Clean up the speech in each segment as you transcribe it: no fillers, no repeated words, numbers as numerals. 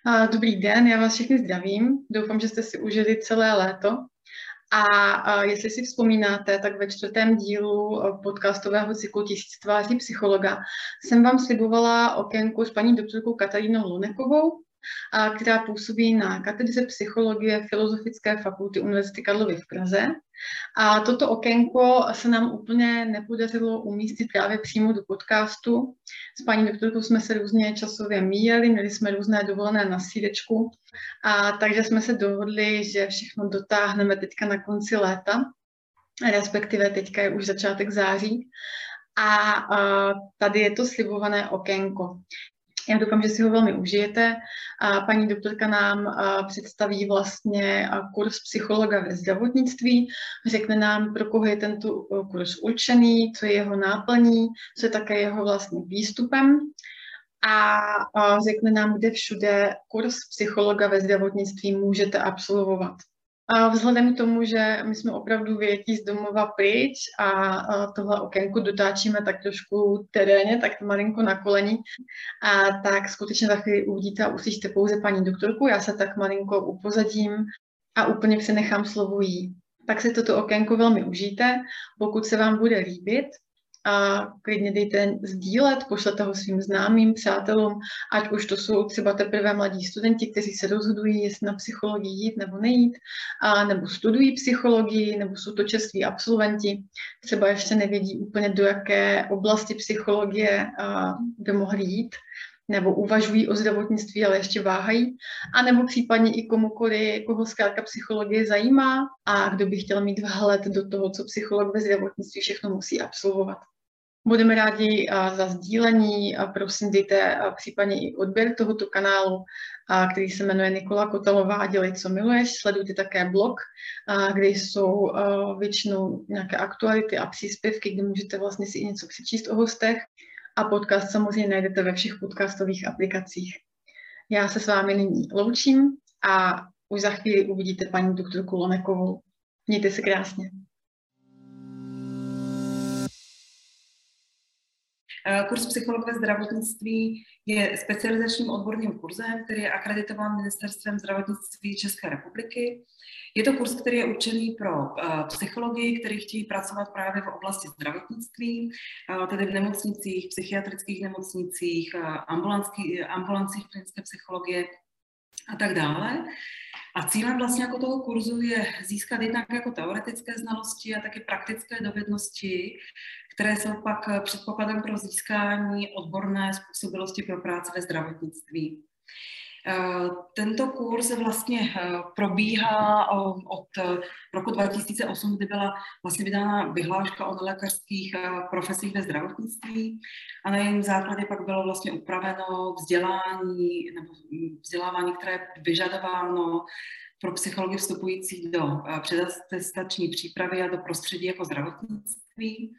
Dobrý den, já vás všechny zdravím. Doufám, že jste si užili celé léto. A jestli si vzpomínáte, tak ve čtvrtém dílu podcastového cyklu Tisíc tváří psychologa jsem vám slibovala okénku s paní doktorkou Katarínou Lunekovou, která působí na katedře psychologie Filozofické fakulty Univerzity Karlovy v Praze. A toto okénko se nám úplně nepodařilo umístit právě přímo do podcastu. S paní doktorkou jsme se různě časově míjeli, měli jsme různé dovolené na sídečku, takže jsme se dohodli, že všechno dotáhneme teďka na konci léta, respektive teďka je už začátek září. A tady je to slibované okénko. Já doufám, že si ho velmi užijete. Paní doktorka nám představí vlastně kurz psychologa ve zdravotnictví, řekne nám, pro koho je tento kurz určený, co je jeho náplní, co je také jeho vlastním výstupem a řekne nám, kde všude kurz psychologa ve zdravotnictví můžete absolvovat. A vzhledem k tomu, že my jsme opravdu vyjetí z domova pryč a tohle okénko dotáčíme tak trošku terénně, tak malinko na koleni, tak skutečně za chvíli uvidíte a uslyšíte pouze paní doktorku. Já se tak malinko upozadím a úplně přenechám slovo jí. Tak si toto okénko velmi užijte. Pokud se vám bude líbit, a klidně dejte sdílet, pošlete ho svým známým, přátelům, ať už to jsou třeba teprve mladí studenti, kteří se rozhodují, jestli na psychologii jít nebo nejít, nebo studují psychologii, nebo jsou to čerství absolventi, třeba ještě nevědí úplně, do jaké oblasti psychologie by mohli jít, nebo uvažují o zdravotnictví, ale ještě váhají, anebo případně i komukoli, koho zkrátka psychologie zajímá a kdo by chtěl mít vhled do toho, co psycholog ve zdravotnictví všechno musí absolvovat. Budeme rádi za sdílení a prosím dejte případně i odběr tohoto kanálu, který se jmenuje Nikola Kotalová Dělej, co miluješ. Sledujte také blog, kde jsou většinou nějaké aktuality a příspěvky, kde můžete vlastně si i něco přečíst o hostech. A podcast samozřejmě najdete ve všech podcastových aplikacích. Já se s vámi nyní loučím a už za chvíli uvidíte paní doktorku Lunekovou. Mějte se krásně. Kurz psychologa ve zdravotnictví je specializačním odborným kurzem, který je akreditován Ministerstvem zdravotnictví České republiky. Je to kurz, který je určený pro psychologii, kteří chtějí pracovat právě v oblasti zdravotnictví, tedy v nemocnicích, psychiatrických nemocnicích, ambulancích klinické psychologie a tak dále. A cílem vlastně jako toho kurzu je získat jednak jako teoretické znalosti a taky praktické dovednosti, které jsou pak předpokladem pro získání odborné způsobilosti pro práci ve zdravotnictví. Tento kurz vlastně probíhá od roku 2008, kdy byla vlastně vydána vyhláška o nelékařských profesích ve zdravotnictví a na jejím základě pak bylo vlastně upraveno vzdělávání, které je vyžadováno pro psychologi vstupující do předatestační přípravy a do prostředí jako zdravotnictví.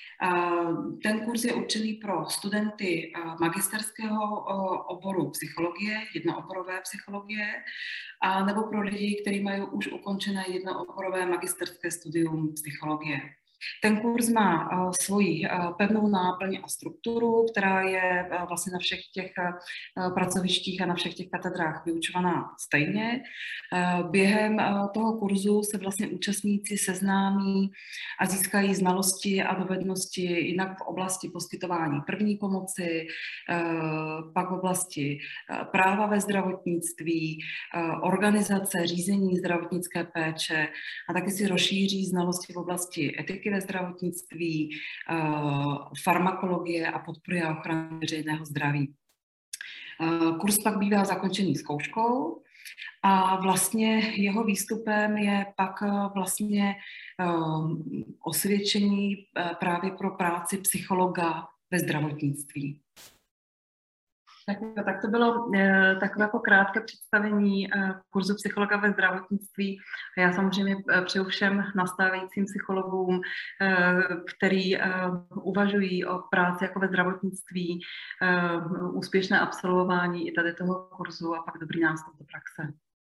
Ten kurz je určený pro studenty magisterského oboru psychologie, jednooborové psychologie, a nebo pro lidi, kteří mají už ukončené jednooborové magisterské studium psychologie. Ten kurz má svoji pevnou náplň a strukturu, která je vlastně na všech těch pracovištích a na všech těch katedrách vyučovaná stejně. Během toho kurzu se vlastně účastníci seznámí a získají znalosti a dovednosti jinak v oblasti poskytování první pomoci, pak v oblasti práva ve zdravotnictví, organizace, řízení zdravotnické péče a taky si rozšíří znalosti v oblasti etiky ve zdravotnictví, farmakologie a podpory a ochrany veřejného zdraví. Kurz pak bývá zakončený zkouškou a vlastně jeho výstupem je pak vlastně osvědčení právě pro práci psychologa ve zdravotnictví. Tak to bylo takové jako krátké představení kurzu psychologa ve zdravotnictví. Já samozřejmě přeju všem nastávajícím psychologům, který uvažují o práci jako ve zdravotnictví, úspěšné absolvování i tady toho kurzu a pak dobrý nástup do praxe.